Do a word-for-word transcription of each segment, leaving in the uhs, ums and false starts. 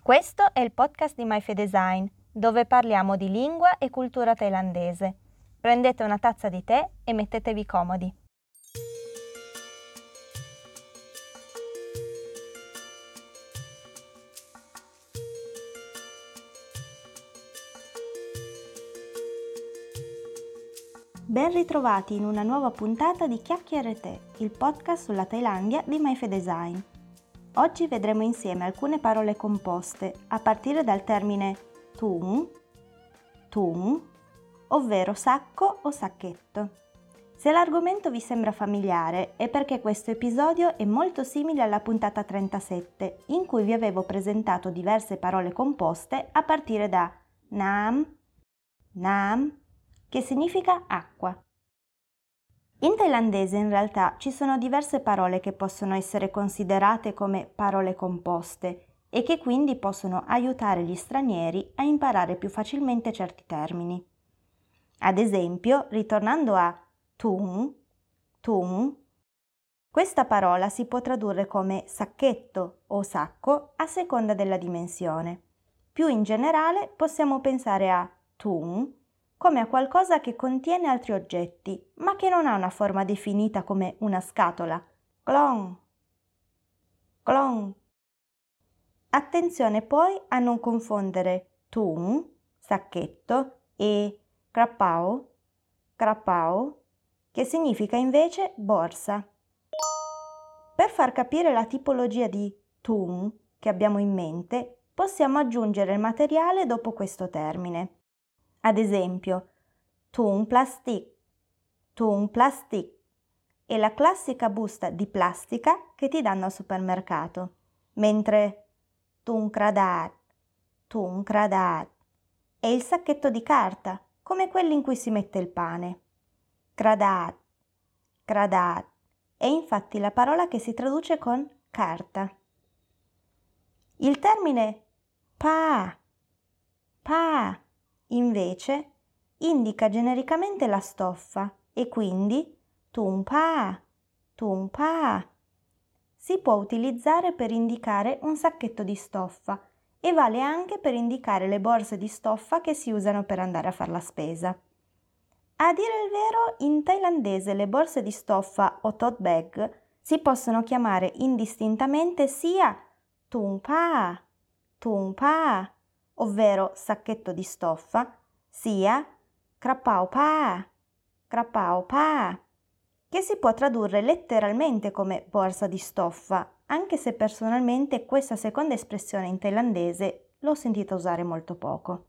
Questo è il podcast di MyFedesign, dove parliamo di lingua e cultura thailandese. Prendete una tazza di tè e mettetevi comodi. Ben ritrovati in una nuova puntata di Chiacchiere Tè, il podcast sulla Thailandia di MyFedesign. Oggi vedremo insieme alcune parole composte a partire dal termine thung, thung, ovvero sacco o sacchetto. Se l'argomento vi sembra familiare è perché questo episodio è molto simile alla puntata trentasette, in cui vi avevo presentato diverse parole composte a partire da nam, nam, che significa acqua. In thailandese in realtà ci sono diverse parole che possono essere considerate come parole composte e che quindi possono aiutare gli stranieri a imparare più facilmente certi termini. Ad esempio, ritornando a thung, thung, questa parola si può tradurre come sacchetto o sacco a seconda della dimensione. Più in generale possiamo pensare a thung come a qualcosa che contiene altri oggetti, ma che non ha una forma definita come una scatola. Klong, klong. Attenzione poi a non confondere thung, sacchetto, e krapao, krapao, che significa invece borsa. Per far capire la tipologia di thung che abbiamo in mente, possiamo aggiungere il materiale dopo questo termine. Ad esempio, thung plastic, thung plastic è la classica busta di plastica che ti danno al supermercato, mentre thung kradat, thung kradat è il sacchetto di carta, come quelli in cui si mette il pane. Kradat, kradat è infatti la parola che si traduce con carta. Il termine pa, pa invece indica genericamente la stoffa e quindi thung pa, thung pa. Si può utilizzare per indicare un sacchetto di stoffa e vale anche per indicare le borse di stoffa che si usano per andare a fare la spesa. A dire il vero, in thailandese le borse di stoffa o tote bag si possono chiamare indistintamente sia thung pa, thung pa, ovvero sacchetto di stoffa, sia krapao pa, krapao pa, che si può tradurre letteralmente come borsa di stoffa, anche se personalmente questa seconda espressione in thailandese l'ho sentita usare molto poco.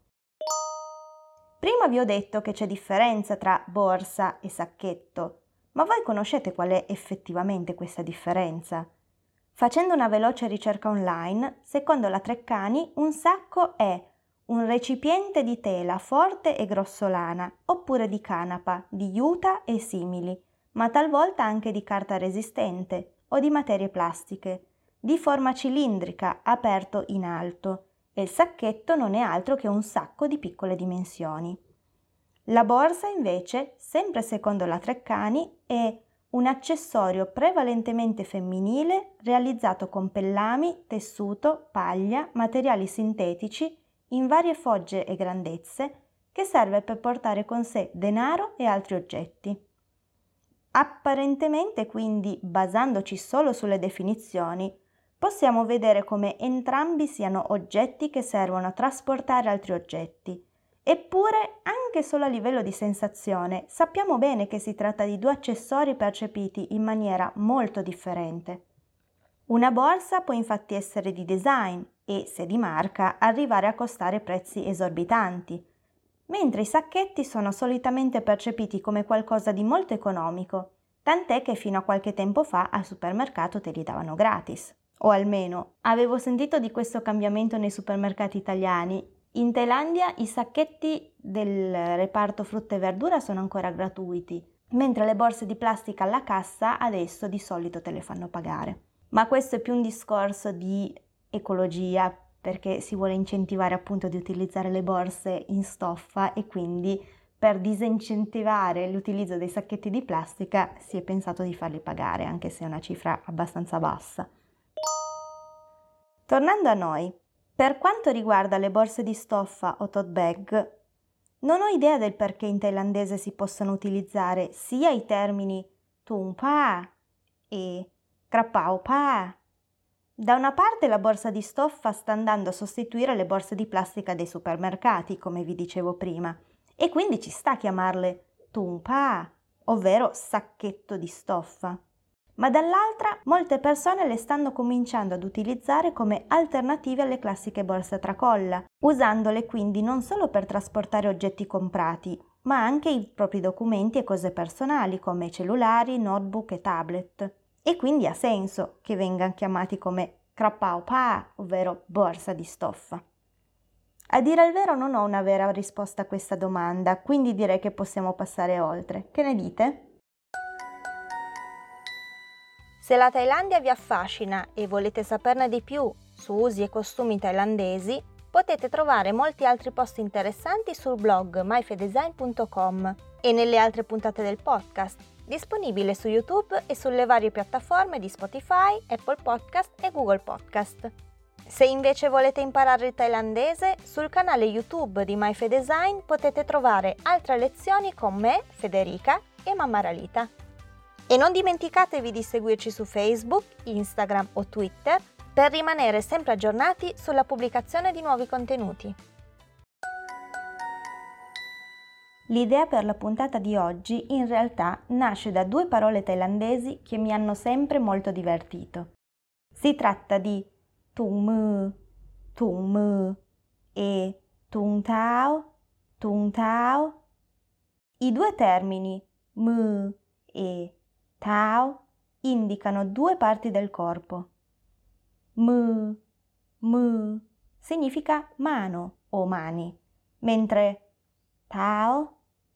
Prima vi ho detto che c'è differenza tra borsa e sacchetto, ma voi conoscete qual è effettivamente questa differenza? Facendo una veloce ricerca online, secondo la Treccani, un sacco è un recipiente di tela forte e grossolana, oppure di canapa, di juta e simili, ma talvolta anche di carta resistente o di materie plastiche, di forma cilindrica, aperto in alto, e il sacchetto non è altro che un sacco di piccole dimensioni. La borsa, invece, sempre secondo la Treccani, è un accessorio prevalentemente femminile realizzato con pellami, tessuto, paglia, materiali sintetici in varie fogge e grandezze che serve per portare con sé denaro e altri oggetti. Apparentemente, quindi, basandoci solo sulle definizioni, possiamo vedere come entrambi siano oggetti che servono a trasportare altri oggetti. Eppure, anche solo a livello di sensazione, sappiamo bene che si tratta di due accessori percepiti in maniera molto differente. Una borsa può infatti essere di design e, se di marca, arrivare a costare prezzi esorbitanti, mentre i sacchetti sono solitamente percepiti come qualcosa di molto economico, tant'è che fino a qualche tempo fa al supermercato te li davano gratis. O almeno, avevo sentito di questo cambiamento nei supermercati italiani. In Thailandia i sacchetti del reparto frutta e verdura sono ancora gratuiti, mentre le borse di plastica alla cassa adesso di solito te le fanno pagare. Ma questo è più un discorso di ecologia, perché si vuole incentivare appunto di utilizzare le borse in stoffa e quindi per disincentivare l'utilizzo dei sacchetti di plastica si è pensato di farli pagare, anche se è una cifra abbastanza bassa. Tornando a noi, Per quanto riguarda le borse di stoffa o tote bag, non ho idea del perché in thailandese si possano utilizzare sia i termini thùng pa e krapao pa. Da una parte la borsa di stoffa sta andando a sostituire le borse di plastica dei supermercati, come vi dicevo prima, e quindi ci sta a chiamarle thùng pa, ovvero sacchetto di stoffa. Ma dall'altra molte persone le stanno cominciando ad utilizzare come alternative alle classiche borse a tracolla, usandole quindi non solo per trasportare oggetti comprati, ma anche i propri documenti e cose personali come cellulari, notebook e tablet. E quindi ha senso che vengano chiamati come krapao pa, ovvero borsa di stoffa. A dire il vero non ho una vera risposta a questa domanda, quindi direi che possiamo passare oltre. Che ne dite? Se la Thailandia vi affascina e volete saperne di più su usi e costumi thailandesi, potete trovare molti altri post interessanti sul blog my phe design punto com e nelle altre puntate del podcast, disponibile su YouTube e sulle varie piattaforme di Spotify, Apple Podcast e Google Podcast. Se invece volete imparare il thailandese, sul canale YouTube di My Phe Design potete trovare altre lezioni con me, Federica e Mamma Ralita. E non dimenticatevi di seguirci su Facebook, Instagram o Twitter per rimanere sempre aggiornati sulla pubblicazione di nuovi contenuti. L'idea per la puntata di oggi in realtà nasce da due parole thailandesi che mi hanno sempre molto divertito. Si tratta di thùng mư, thùng mư e thùng tháo, thùng tháo. I due termini mư e tháo indicano due parti del corpo. Mư, mư significa mano o mani, mentre tháo,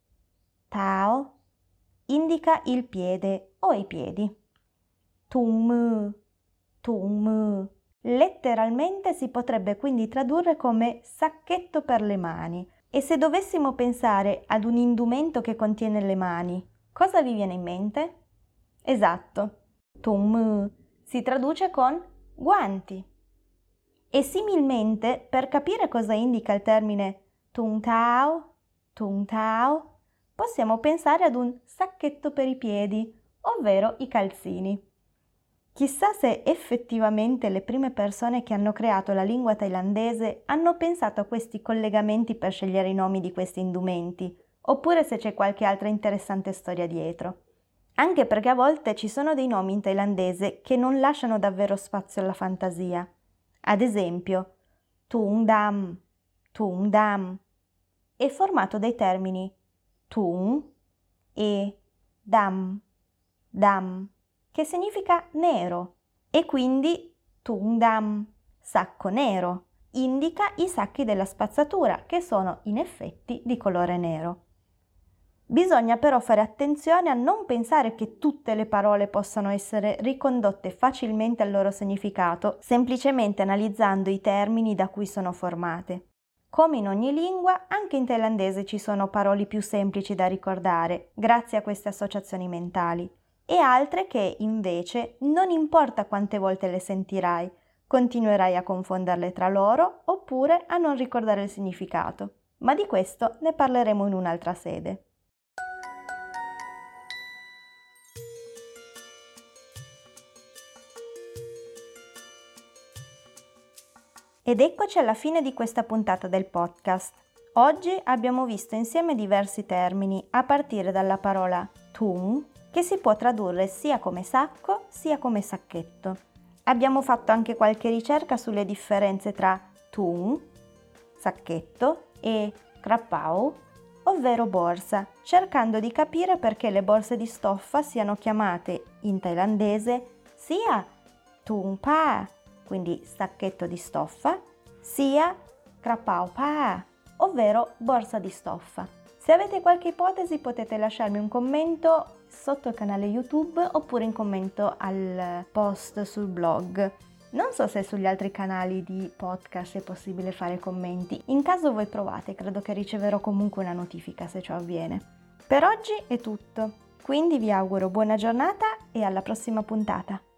tháo indica il piede o i piedi. Thùng mư, thùng mư letteralmente si potrebbe quindi tradurre come sacchetto per le mani. E se dovessimo pensare ad un indumento che contiene le mani, cosa vi viene in mente? Esatto, thùng mư si traduce con guanti. E similmente, per capire cosa indica il termine thùng tháo, thùng tháo, possiamo pensare ad un sacchetto per i piedi, ovvero i calzini. Chissà se effettivamente le prime persone che hanno creato la lingua thailandese hanno pensato a questi collegamenti per scegliere i nomi di questi indumenti, oppure se c'è qualche altra interessante storia dietro. Anche perché a volte ci sono dei nomi in thailandese che non lasciano davvero spazio alla fantasia. Ad esempio, Thùng Dam, Thùng Dam è formato dai termini Thùng e Dam, Dam, che significa nero, e quindi Thùng Dam, sacco nero, indica i sacchi della spazzatura che sono in effetti di colore nero. Bisogna però fare attenzione a non pensare che tutte le parole possano essere ricondotte facilmente al loro significato semplicemente analizzando i termini da cui sono formate. Come in ogni lingua, anche in thailandese ci sono parole più semplici da ricordare grazie a queste associazioni mentali e altre che, invece, non importa quante volte le sentirai, continuerai a confonderle tra loro oppure a non ricordare il significato. Ma di questo ne parleremo in un'altra sede. Ed eccoci alla fine di questa puntata del podcast. Oggi abbiamo visto insieme diversi termini a partire dalla parola thùng, che si può tradurre sia come sacco sia come sacchetto. Abbiamo fatto anche qualche ricerca sulle differenze tra thùng, sacchetto, e krapao, ovvero borsa, cercando di capire perché le borse di stoffa siano chiamate in thailandese sia thùng pa, quindi sacchetto di stoffa, sia krapao pa, ovvero borsa di stoffa. Se avete qualche ipotesi potete lasciarmi un commento sotto il canale YouTube oppure in commento al post sul blog. Non so se sugli altri canali di podcast è possibile fare commenti. In caso voi provate, credo che riceverò comunque una notifica se ciò avviene. Per oggi è tutto, quindi vi auguro buona giornata e alla prossima puntata.